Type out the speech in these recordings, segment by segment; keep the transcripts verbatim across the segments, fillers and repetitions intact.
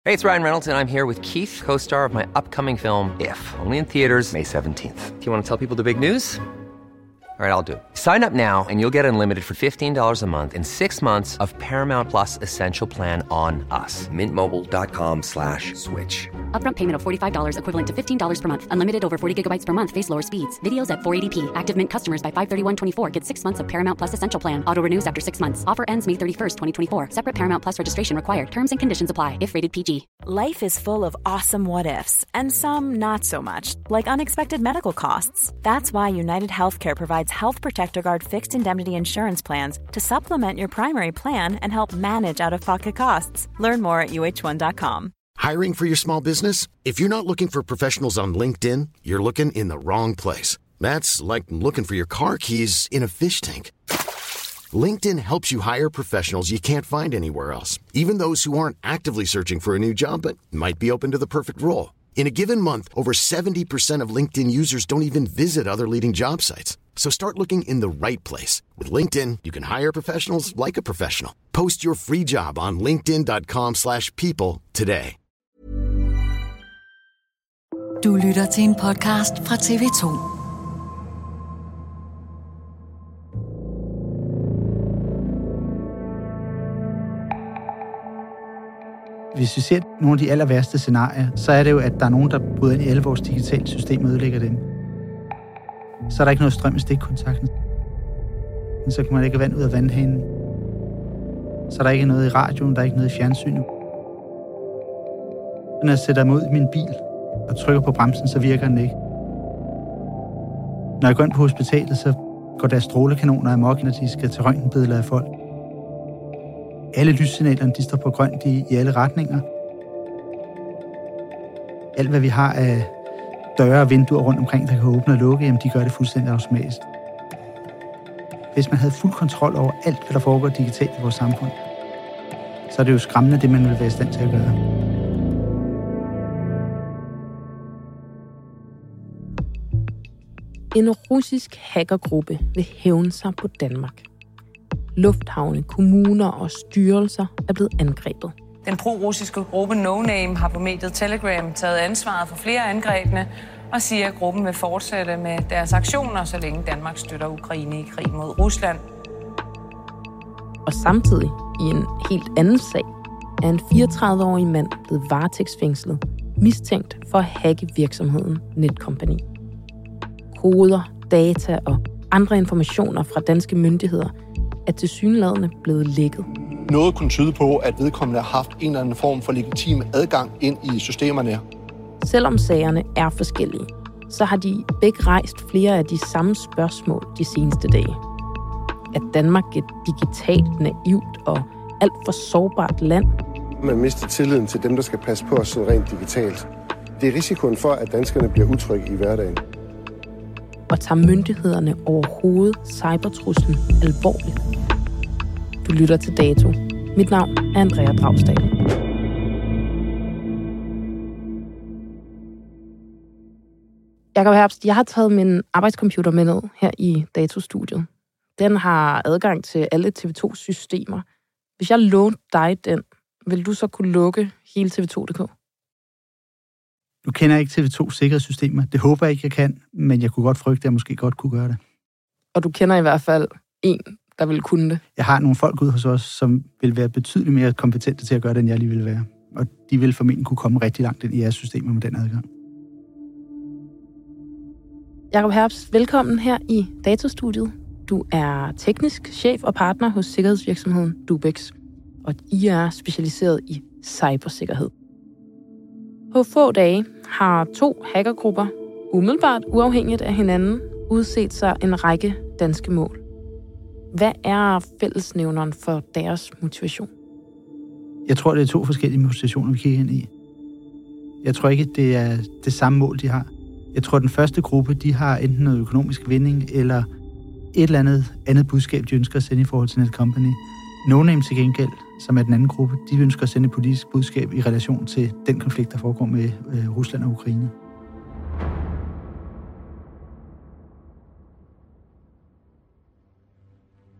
Hey, it's Ryan Reynolds, and I'm here with Keith, co-star of my upcoming film, If, only in theaters May seventeenth. Do you want to tell people the big news? All right, I'll do it. Sign up now and you'll get unlimited for fifteen dollars a month and six months of Paramount Plus Essential Plan on us. Mint Mobile dot com slash switch. Upfront payment of forty-five dollars equivalent to fifteen dollars per month. Unlimited over forty gigabytes per month. Face lower speeds. Videos at four eighty p. Active Mint customers by five thirty-one twenty-four get six months of Paramount Plus Essential Plan. Auto renews after six months. Offer ends May thirty-first, twenty twenty-four. Separate Paramount Plus registration required. Terms and conditions apply if rated P G. Life is full of awesome what-ifs and some not so much, like unexpected medical costs. That's why United Healthcare provides Health Protector Guard fixed indemnity insurance plans to supplement your primary plan and help manage out-of-pocket costs. Learn more at U H one dot com. Hiring for your small business? If you're not looking for professionals on LinkedIn, you're looking in the wrong place. That's like looking for your car keys in a fish tank. LinkedIn helps you hire professionals you can't find anywhere else, even those who aren't actively searching for a new job but might be open to the perfect role. In a given month, over seventy percent of LinkedIn users don't even visit other leading job sites. So start looking in the right place. With LinkedIn, you can hire professionals like a professional. Post your free job on linkedin dot com slash people today. Du lytter til en podcast fra T V to. Hvis vi ser nogle af de aller værste scenarier, så er det jo, at der er nogen, der bryder ind i alle vores digitale system og ødelægger dem. Så er der ikke noget strøm i stikkontakten. Så kan man ikke vand ud af vandhanen. Så er der ikke noget i radioen, der er ikke noget i fjernsynet. Når jeg sætter mig ud i min bil og trykker på bremsen, så virker den ikke. Når jeg går ind på hospitalet, så går der strålekanoner amok, når de skal til røntgenbilleder af folk. Alle lyssignalerne, de står på grønt i, i alle retninger. Alt, hvad vi har af døre og vinduer rundt omkring, der kan åbne og lukke, jamen de gør det fuldstændig automatisk. Hvis man havde fuld kontrol over alt, hvad der foregår digitalt i vores samfund, så er det jo skræmmende, det man vil være i stand til at gøre. En russisk hackergruppe vil hævne sig på Danmark. Lufthavne, kommuner og styrelser er blevet angrebet. Den pro-russiske gruppe No Name har på mediet Telegram taget ansvaret for flere af angrebene og siger, at gruppen vil fortsætte med deres aktioner, så længe Danmark støtter Ukraine i krig mod Rusland. Og samtidig, i en helt anden sag, er en fireogtredive-årig mand blevet varetægtsfængslet, mistænkt for at hacke virksomheden Netcompany. Koder, data og andre informationer fra danske myndigheder er tilsyneladende blevet lækket. Noget kunne tyde på, at vedkommende har haft en eller anden form for legitim adgang ind i systemerne. Selvom sagerne er forskellige, så har de begge rejst flere af de samme spørgsmål de seneste dage. Er Danmark et digitalt, naivt og alt for sårbart land? Man mister tilliden til dem, der skal passe på os sådan rent digitalt. Det er risikoen for, at danskerne bliver utrygge i hverdagen. Og tager myndighederne overhovedet cybertruslen alvorligt? Du lytter til Dato. Mit navn er Andrea Dragsted. Jakob Herbst, jeg har taget min arbejdscomputer med ned her i Dato-studiet. Den har adgang til alle T V to systemer. Hvis jeg lånte dig den, vil du så kunne lukke hele T V to punktum d k? Nu kender jeg ikke T V to sikkerhedssystemer. Det håber jeg ikke, jeg kan, men jeg kunne godt frygte, at jeg måske godt kunne gøre det. Og du kender i hvert fald en, der vil kunne det? Jeg har nogle folk ude hos os, som vil være betydeligt mere kompetente til at gøre det, end jeg lige vil være. Og de vil formentlig kunne komme rigtig langt ind i jeres systemer med den adgang. Jakob Herbst, velkommen her i Datostudiet. Du er teknisk chef og partner hos sikkerhedsvirksomheden Dubex, og I er specialiseret i cybersikkerhed. På få dage har to hackergrupper, umiddelbart uafhængigt af hinanden, udset sig en række danske mål. Hvad er fællesnævneren for deres motivation? Jeg tror, det er to forskellige motivationer, vi kigger ind i. Jeg tror ikke, det er det samme mål, de har. Jeg tror, den første gruppe, de har enten noget økonomisk vinding, eller et eller andet andet budskab, de ønsker at sende i forhold til Netcompany. No Name til gengæld, som er den anden gruppe, de ønsker at sende et politisk budskab i relation til den konflikt, der foregår med øh, Rusland og Ukraine.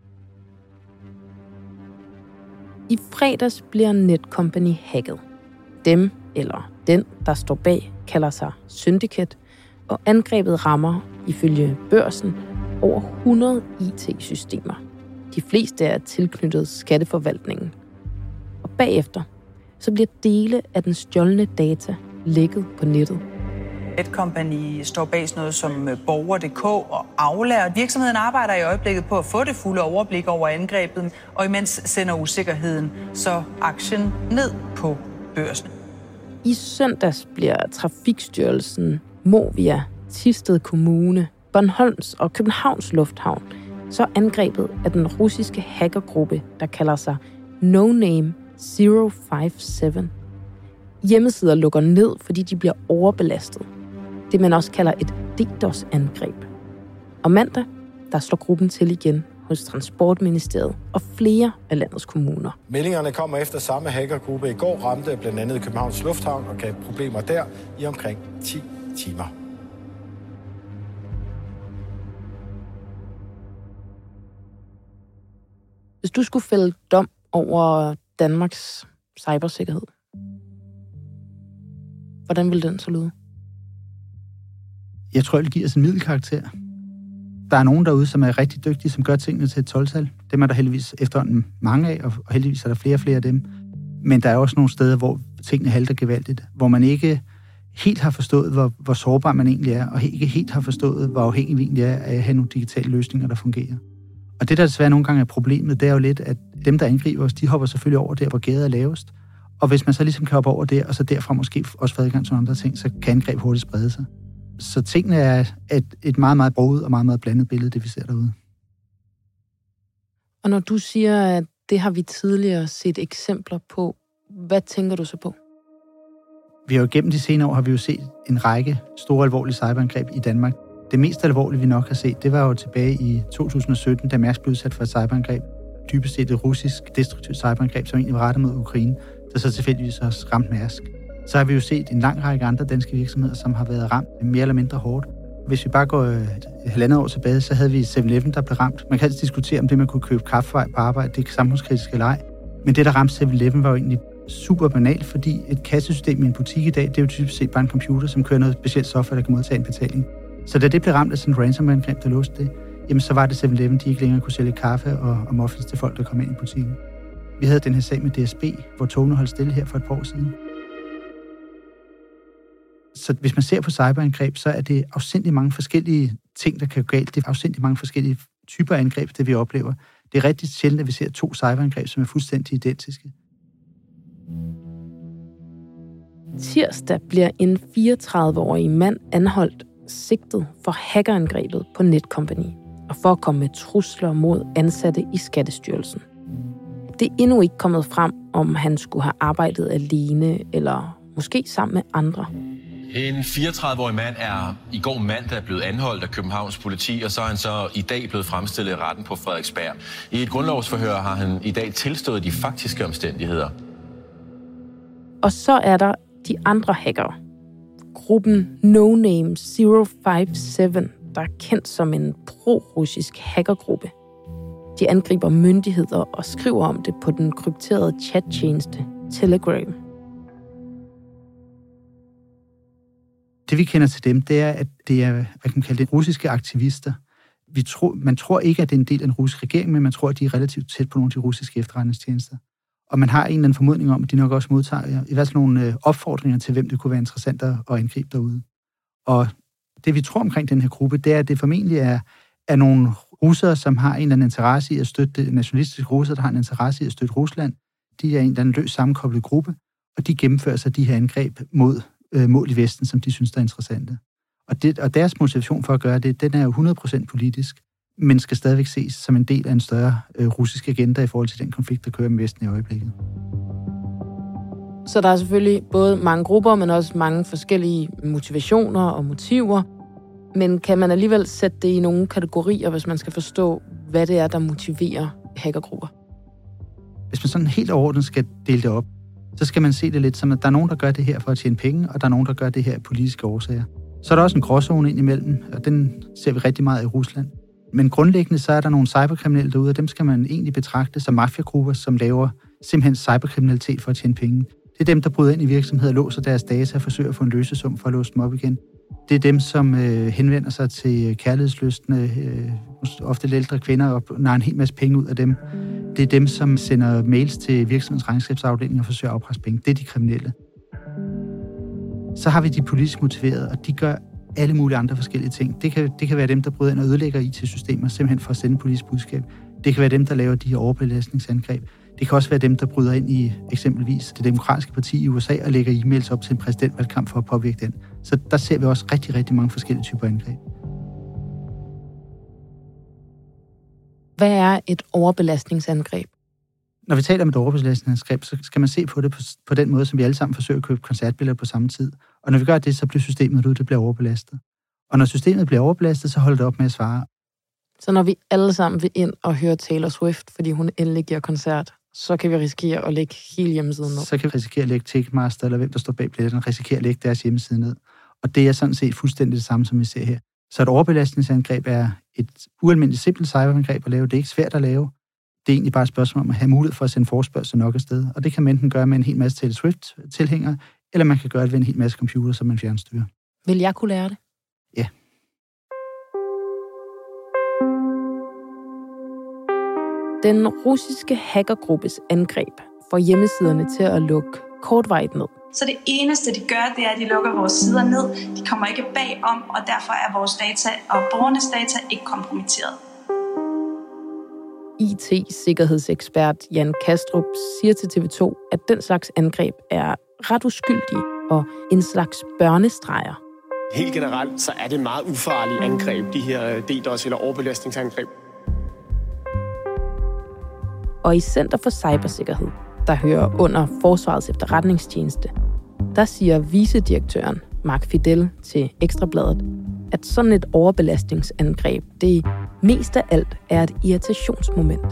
I fredags bliver Netcompany hacket. Dem eller den, der står bag, kalder sig Syndicate, og angrebet rammer, ifølge Børsen, over hundrede I T-systemer. De fleste er tilknyttet skatteforvaltningen. Og bagefter, så bliver dele af den stjålne data lækket på nettet. Netcompany står bag sådan noget som Borger punktum d k og Aula. Virksomheden arbejder i øjeblikket på at få det fulde overblik over angrebet, og imens sender usikkerheden så aktien ned på børsen. I søndags bliver Trafikstyrelsen, Movia, Thisted Kommune, Bornholms og Københavns Lufthavn så angrebet af den russiske hackergruppe, der kalder sig No Name zero five seven. Hjemmesider lukker ned, fordi de bliver overbelastet. Det man også kalder et DDoS-angreb. Og mandag, der slår gruppen til igen hos Transportministeriet og flere af landets kommuner. Meldingerne kommer efter samme hackergruppe i går ramte blandt andet Københavns Lufthavn og gav problemer der i omkring ti timer. Hvis du skulle fælde dom over Danmarks cybersikkerhed, hvordan ville den så lyde? Jeg tror, det giver os en middelkarakter. Der er nogen derude, som er rigtig dygtige, som gør tingene til et tolv-tal. Dem er der heldigvis efterhånden mange af, og heldigvis er der flere og flere af dem. Men der er også nogle steder, hvor tingene halter gevaldigt, hvor man ikke helt har forstået, hvor, hvor sårbar man egentlig er, og ikke helt har forstået, hvor afhængig vi egentlig er af at have nogle digitale løsninger, der fungerer. Og det, der desværre nogle gange er problemet, det er jo lidt, at dem, der angriber os, de hopper selvfølgelig over der, hvor gæret er lavest. Og hvis man så ligesom kan hoppe over der, og så derfra måske også få adgang til andre ting, så kan angreb hurtigt sprede sig. Så tingene er et, et meget, meget broget og meget, meget blandet billede, det vi ser derude. Og når du siger, at det har vi tidligere set eksempler på, hvad tænker du så på? Vi har jo gennem de senere år har vi jo set en række store alvorlige cyberangreb i Danmark. Det mest alvorlige, vi nok har set, det var jo tilbage i to tusind og sytten, da Mærsk blev udsat for et cyberangreb. Dybest set et russisk destruktivt cyberangreb, som egentlig var rettet mod Ukraine, der så tilfældigvis også ramte Mærsk. Så har vi jo set en lang række andre danske virksomheder, som har været ramt mere eller mindre hårdt. Hvis vi bare går et halvandet år tilbage, så havde vi seven eleven, der blev ramt. Man kan altid diskutere, om det, man kunne købe kaffevej på arbejde, det er samfundskritisk eller ej. Men det, der ramte seven eleven, var jo egentlig super banalt, fordi et kassesystem i en butik i dag, det er jo typisk set bare en computer, som kører noget specielt software, der kan modtage en betaling. Så da det blev ramt af sådan en ransomware-angreb, der låste det, jamen så var det seven eleven, de ikke længere kunne sælge kaffe og, og muffins til folk, der kom ind i butikken. Vi havde den her sag med D S B, hvor togene holdt stille her for et par år siden. Så hvis man ser på cyberangreb, så er det afsindig mange forskellige ting, der kan gå galt. Det er afsindig mange forskellige typer angreb, det vi oplever. Det er rigtig sjældent, at vi ser to cyberangreb, som er fuldstændig identiske. Tirsdag bliver en fireogtredive-årig mand anholdt sigtet for hackerangrebet på Netcompany og for at komme med trusler mod ansatte i Skattestyrelsen. Det er endnu ikke kommet frem, om han skulle have arbejdet alene eller måske sammen med andre. En fireogtredive-årig mand er i går mandag blevet anholdt af Københavns politi, og så er han så i dag blevet fremstillet i retten på Frederiksberg. I et grundlovsforhør har han i dag tilstået de faktiske omstændigheder. Og så er der de andre hackere. Gruppen No Name zero five seven, der er kendt som en pro-russisk hackergruppe. De angriber myndigheder og skriver om det på den krypterede chattjeneste Telegram. Det vi kender til dem, det er, at det er, hvad kan man kalde det, russiske aktivister. Vi tror, man tror ikke, at det er en del af den russiske regering, men man tror, at de er relativt tæt på nogle af de russiske efterretningstjenester. Og man har en eller anden formodning om, at de nok også modtager i hvert fald nogle opfordringer til, hvem det kunne være interessant at angribe derude. Og det vi tror omkring den her gruppe, det er, at det formentlig er, er nogle russere, som har en eller anden interesse i at støtte nationalistiske russere, der har en interesse i at støtte Rusland. De er en eller anden løs sammenkoblet gruppe, og de gennemfører sig de her angreb mod øh, mål i Vesten, som de synes, der er interessante. Og, det, og deres motivation for at gøre det, den er jo hundrede procent politisk, men skal stadigvæk ses som en del af en større øh, russisk agenda i forhold til den konflikt, der kører med Vesten i øjeblikket. Så der er selvfølgelig både mange grupper, men også mange forskellige motivationer og motiver. Men kan man alligevel sætte det i nogle kategorier, hvis man skal forstå, hvad det er, der motiverer hackergrupper? Hvis man sådan helt overordnet skal dele det op, så skal man se det lidt som, at der er nogen, der gør det her for at tjene penge, og der er nogen, der gør det her af politiske årsager. Så er der også en gråzone ind imellem, og den ser vi rigtig meget i Rusland. Men grundlæggende så er der nogle cyberkriminelle derude, og dem skal man egentlig betragte som mafiagrupper, som laver simpelthen cyberkriminalitet for at tjene penge. Det er dem, der bryder ind i virksomheder, låser deres data og forsøger at få en løsesum for at låse dem op igen. Det er dem, som øh, henvender sig til kærlighedslystne, øh, ofte lidt ældre kvinder, og nager en hel masse penge ud af dem. Det er dem, som sender mails til virksomhedens regnskabsafdeling og forsøger at afpresse penge. Det er de kriminelle. Så har vi de politisk motiverede, og de gør alle mulige andre forskellige ting. Det kan, det kan være dem, der bryder ind og ødelægger I T-systemer, simpelthen for at sende politisk budskab. Det kan være dem, der laver de her overbelastningsangreb. Det kan også være dem, der bryder ind i eksempelvis det demokratiske parti i U S A og lægger e-mails op til en præsidentvalgkamp for at påvirke den. Så der ser vi også rigtig, rigtig mange forskellige typer angreb. Hvad er et overbelastningsangreb? Når vi taler om et overbelastningsangreb, så skal man se på det på, på den måde, som vi alle sammen forsøger at købe koncertbilletter på samme tid. Og når vi gør det, så bliver systemet ud, det bliver overbelastet. Og når systemet bliver overbelastet, så holder det op med at svare. Så når vi alle sammen vil ind og høre Taylor Swift, fordi hun endelig giver koncert, så kan vi risikere at lægge hele hjemmesiden ned. Så kan vi risikere at lægge Ticketmaster, eller hvem der står bag billetterne, risikere at lægge deres hjemmeside ned. Og det er sådan set fuldstændig det samme, som vi ser her. Så et overbelastningsangreb er et ualmindeligt simpelt cyberangreb at lave. Det er ikke svært at lave. Det er egentlig bare et spørgsmål om at have mulighed for at sende forespørgsel nok afsted. Og det kan man enten gøre med en hel masse Taylor Swift-tilhængere, eller man kan gøre det ved en hel masse computer, som man fjernstyrer. Vil jeg kunne lære det? Ja. Den russiske hackergruppes angreb får hjemmesiderne til at lukke kortvarigt ned. Så det eneste, de gør, det er, at de lukker vores sider ned. De kommer ikke bagom, og derfor er vores data og borgernes data ikke kompromitteret. I T-sikkerhedsekspert Jan Kastrup siger til T V to, at den slags angreb er ret uskyldige og en slags børnestreger. Helt generelt så er det meget ufarlige angreb, de her DDoS eller overbelastningsangreb. Og i Center for Cybersikkerhed, der hører under Forsvarets Efterretningstjeneste, der siger vicedirektøren Mark Fidel til Ekstrabladet, at sådan et overbelastningsangreb, det mest af alt er et irritationsmoment.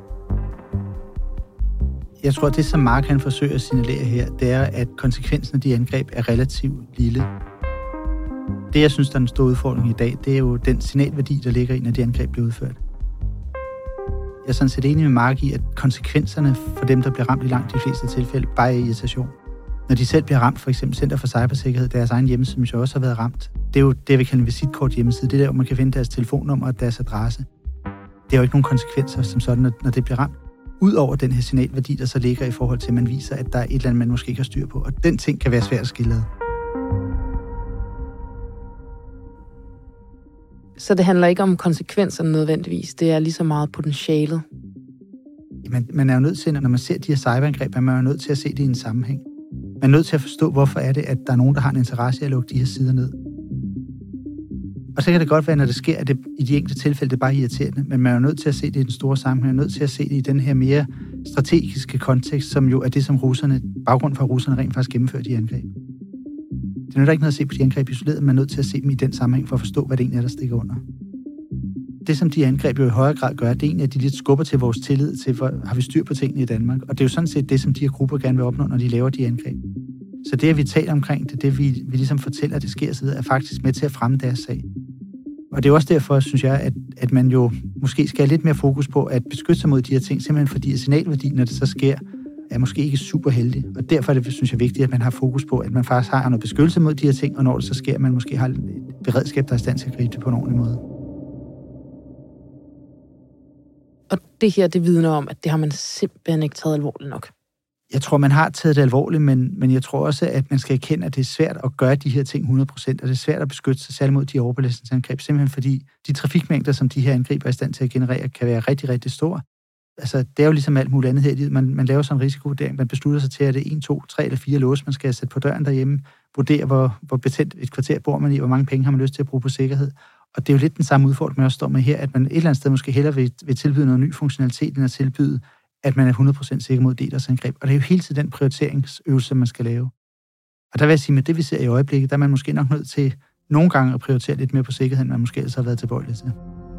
Jeg tror, at det, som Mark han forsøger at signalere her, det er, at konsekvensen af de angreb er relativt lille. Det, jeg synes, der er en stor udfordring i dag, det er jo den signalværdi, der ligger i, når de angreb bliver udført. Jeg er sådan set enig med Mark i, at konsekvenserne for dem, der bliver ramt i langt de fleste tilfælde, bare er irritation. Når de selv bliver ramt, for eksempel Center for Cybersikkerhed, deres egen hjemmeside, som jo også har været ramt, det er jo det, vi kalder en visitkort hjemmeside. Det er der, hvor man kan finde deres telefonnummer og deres adresse. Det er jo ikke nogen konsekvenser som sådan, når det bliver ramt. Udover den her signalværdi, der så ligger i forhold til, at man viser, at der er et eller andet, man måske ikke har styr på. Og den ting kan være svært at skille ad. Så det handler ikke om konsekvenserne nødvendigvis. Det er lige så meget potentialet. Man, man er jo nødt til, når man ser de her cyberangreb, man er jo nødt til at se det i en sammenhæng. Man er nødt til at forstå, hvorfor er det, at der er nogen, der har en interesse i at lukke de her sider ned. Og så kan det godt være, når det sker, at det i de enkelte tilfælde det er bare irriterende, men man er jo nødt til at se det i den store sammenhæng. Man er nødt til at se det i den her mere strategiske kontekst, som jo er det, som russerne, baggrund for russerne rent faktisk gennemfører de angreb. Det er nødt ikke noget at se på de angreb isoleret, man er nødt til at se dem i den sammenhæng for at forstå, hvad det egentlig er, der stikker under. Det, som de angreb jo i højere grad gør, det er egentlig, at de lidt skubber til vores tillid til, hvor har vi styr på tingene i Danmark. Og det er jo sådan set det, som de her grupper gerne vil opnå, når de laver de angreb. Så det, at vi taler omkring det, det vi, vi ligesom fortæller, at det sker så videre, er faktisk med til at fremme deres sag. Og det er også derfor, synes jeg, at, at man jo måske skal have lidt mere fokus på at beskytte sig mod de her ting, simpelthen fordi signalværdien, når det så sker, er måske ikke super heldig. Og derfor er det, synes jeg, vigtigt, at man har fokus på, at man faktisk har noget beskyttelse mod de her ting, og når det så sker, at man måske har et beredskab, der er i stand til at gribe det på en ordentlig måde. Og det her, det vidner om, at det har man simpelthen ikke taget alvorligt nok. Jeg tror, man har taget det alvorligt, men, men jeg tror også, at man skal erkende, at det er svært at gøre de her ting hundrede procent, og det er svært at beskytte sig særligt mod de overbelastningsangreb, simpelthen fordi de trafikmængder, som de her angreb er i stand til at generere, kan være rigtig, rigtig store. Altså, det er jo ligesom alt muligt andet her. Man, man laver sådan en risikovurdering, man beslutter sig til, at det er en, to, tre eller fire låse, man skal sætte på døren derhjemme, vurdere, hvor, hvor betændt et kvarter bor man i, hvor mange penge har man lyst til at bruge på sikkerhed. Og det er jo lidt den samme udfordring, man også står med her, at man et eller andet sted måske hellere vil, vil tilbyde noget ny funktionalitet, end at tilbyde, at man er hundrede procent sikker mod DDoS-angreb. Og det er jo hele tiden den prioriteringsøvelse, man skal lave. Og der vil jeg sige, med det vi ser i øjeblikket, der er man måske nok nødt til nogle gange at prioritere lidt mere på sikkerhed, end man måske ellers har været tilbøjelig til.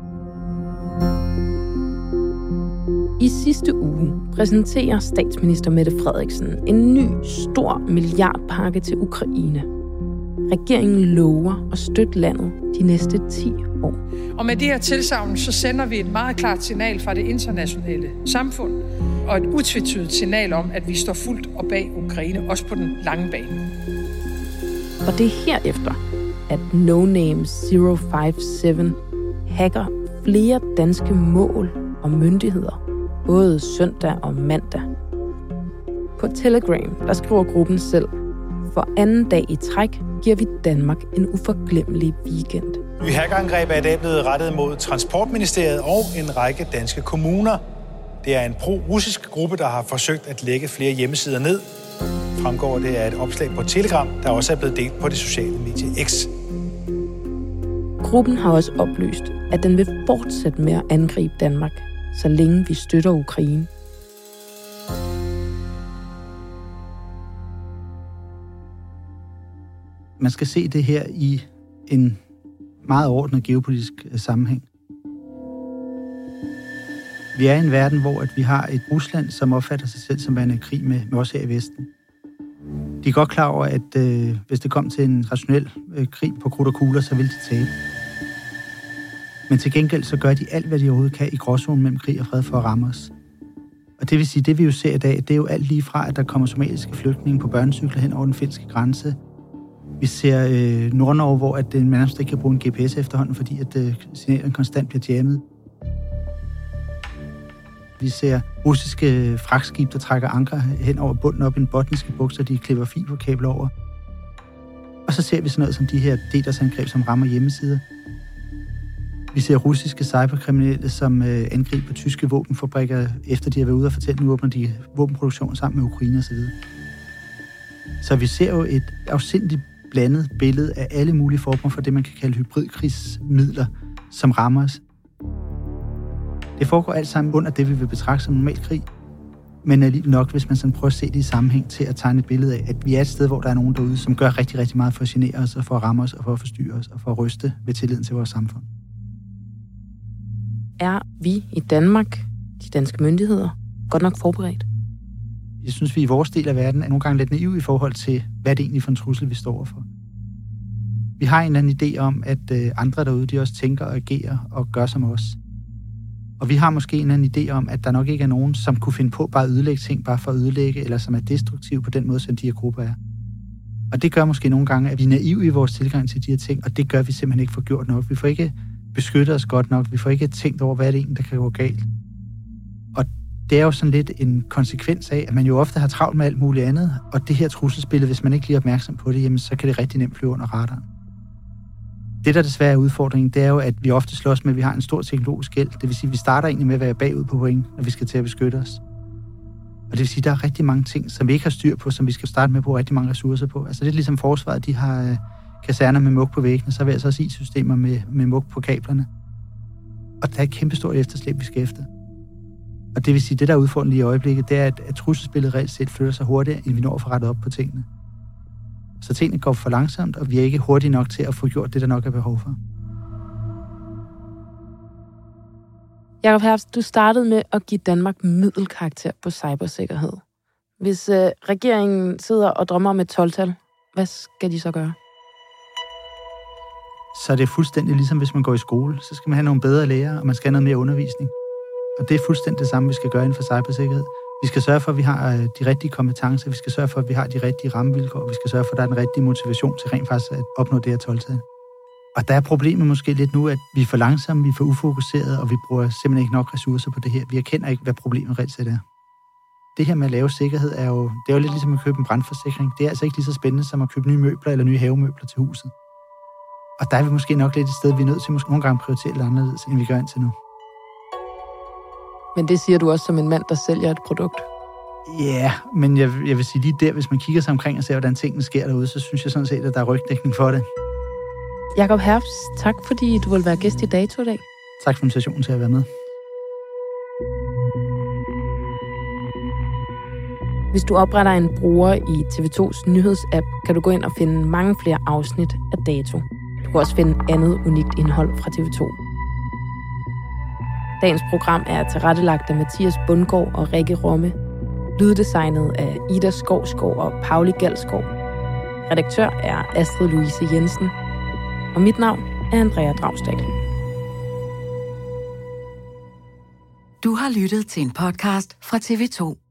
I sidste uge præsenterer statsminister Mette Frederiksen en ny stor milliardpakke til Ukraine. Regeringen lover at støtte landet de næste ti år. Og med de her tilsagn, så sender vi et meget klart signal fra det internationale samfund, og et utvetydigt signal om, at vi står fuldt og bag Ukraine, også på den lange bane. Og det er herefter, at No Name zero five seven hacker flere danske mål og myndigheder, både søndag og mandag. På Telegram, der skriver gruppen selv, for anden dag i træk giver vi Danmark en uforglemmelig weekend. Nye hackerangreb er i dag blevet rettet mod Transportministeriet og en række danske kommuner. Det er en pro-russisk gruppe, der har forsøgt at lægge flere hjemmesider ned. Fremgår det af et opslag på Telegram, der også er blevet delt på det sociale medie X. Gruppen har også oplyst, at den vil fortsætte med at angribe Danmark, så længe vi støtter Ukraine. Man skal se det her i en meget overordnet geopolitisk sammenhæng. Vi er i en verden, hvor at vi har et Rusland, som opfatter sig selv som værende i krig med, med os her i Vesten. De er godt klar over, at øh, hvis det kom til en rationel øh, krig på krudt og kugler, så ville de tabe. Men til gengæld så gør de alt, hvad de overhovedet kan i gråzonen mellem krig og fred for at ramme os. Og det vil sige, det vi jo ser i dag, det er jo alt lige fra, at der kommer somaliske flygtninge på børnecykler hen over den finske grænse. Vi ser øh, Nord-Norge, hvor at, øh, man nærmest ikke kan bruge en G P S efterhånden, fordi at øh, signalerne konstant bliver jammet. Vi ser russiske fragtskib, der trækker anker hen over bunden op i den botniske bugt, så de klipper fiberkabler over. Og så ser vi sådan noget som de her DDoS-angreb, som rammer hjemmesider. Vi ser russiske cyberkriminelle, som øh, angriber tyske våbenfabrikker, efter de har været ude og fortælle, nu åbner de våbenproduktion sammen med Ukraine osv. Så vi ser jo et afsindigt blandet billede af alle mulige former for det, man kan kalde hybridkrigsmidler, som rammer os. Det foregår alt sammen under det, vi vil betragte som normal krig, men alligevel nok, hvis man sådan prøver at se det i sammenhæng til at tegne et billede af, at vi er et sted, hvor der er nogen derude, som gør rigtig, rigtig meget for at genere os, og for at ramme os, og for at forstyrre os, og for at ryste ved tilliden til vores samfund. Er vi i Danmark, de danske myndigheder, godt nok forberedt? Jeg synes, vi i vores del af verden er nogle gange lidt naive i forhold til, hvad det egentlig for en trussel, vi står overfor. Vi har en eller anden idé om, at andre derude, de også tænker og agerer og gør som os. Og vi har måske en eller anden idé om, at der nok ikke er nogen, som kunne finde på bare at ødelægge ting, bare for at ødelægge, eller som er destruktive på den måde, som de her grupper er. Og det gør måske nogle gange, at vi er naive i vores tilgang til de her ting, og det gør vi simpelthen ikke for gjort nok. Vi får ikke beskyttet os godt nok, vi får ikke tænkt over, hvad det er egentlig, der kan gå galt. Og det er jo sådan lidt en konsekvens af, at man jo ofte har travlt med alt muligt andet, og det her trusselsbillede, hvis man ikke lige er opmærksom på det, jamen, så kan det rigtig nemt flyve under radaren. Det, der desværre er udfordringen, det er jo, at vi ofte slås med, at vi har en stor teknologisk gæld. Det vil sige, at vi starter egentlig med at være bagud på point, når vi skal til at beskytte os. Og det vil sige, at der er rigtig mange ting, som vi ikke har styr på, som vi skal starte med at bruge rigtig mange ressourcer på. Altså det er ligesom forsvaret, de har kaserner med mug på væggene, så har vi altså også I-systemer med, med mug på kablerne. Og der er et kæmpestort efterslæb, vi skal efter. Og det vil sige, at det, der er udfordringen i øjeblikket, det er, at, at trusselsbilledet reelt set flytter sig hurtigere, end vi når at få rettet op på tingene. Så tingene går for langsomt, og vi er ikke hurtige nok til at få gjort det, der nok er behov for. Jakob Herbst, du startede med at give Danmark middelkarakter på cybersikkerhed. Hvis øh, regeringen sidder og drømmer om et tolv-tal, hvad skal de så gøre? Så det er fuldstændig ligesom, hvis man går i skole. Så skal man have nogle bedre lærere, og man skal have noget mere undervisning. Og det er fuldstændig det samme, vi skal gøre inden for cybersikkerhed. Vi skal sørge for, at vi har de rigtige kompetencer, vi skal sørge for, at vi har de rigtige rammevilkår, og vi skal sørge for, at der er den rigtige motivation til rent faktisk at opnå det her tolv-tal. Og der er problemet måske lidt nu, at vi er for langsomme, vi er for ufokuserede, og vi bruger simpelthen ikke nok ressourcer på det her. Vi erkender ikke, hvad problemet reelt set er. Det her med at lave sikkerhed er jo, det er jo lidt ligesom at købe en brandforsikring. Det er altså ikke lige så spændende som at købe nye møbler eller nye havemøbler til huset. Og der er vi måske nok lidt et sted, vi er nødt til måske nogle gange prioritere lidt anderledes, end vi gør indtil nu. Men det siger du også som en mand, der sælger et produkt. Ja, yeah, men jeg, jeg vil sige lige der, hvis man kigger sig omkring og ser, hvordan tingene sker derude, så synes jeg sådan set, at der er rygdækning for det. Jakob Herbst, tak fordi du vil være gæst i Dato i dag. Tak for invitationen til at være med. Hvis du opretter en bruger i T V to's nyhedsapp, kan du gå ind og finde mange flere afsnit af Dato. Du kan også finde andet unikt indhold fra T V to. Dagens program er tilrettelagt af Mathias Bundgaard og Rikke Romme. Lyddesignet af Ida Skovskov og Pauli Galskov. Redaktør er Astrid Louise Jensen. Og mit navn er Andrea Dragsdal. Du har lyttet til en podcast fra T V to.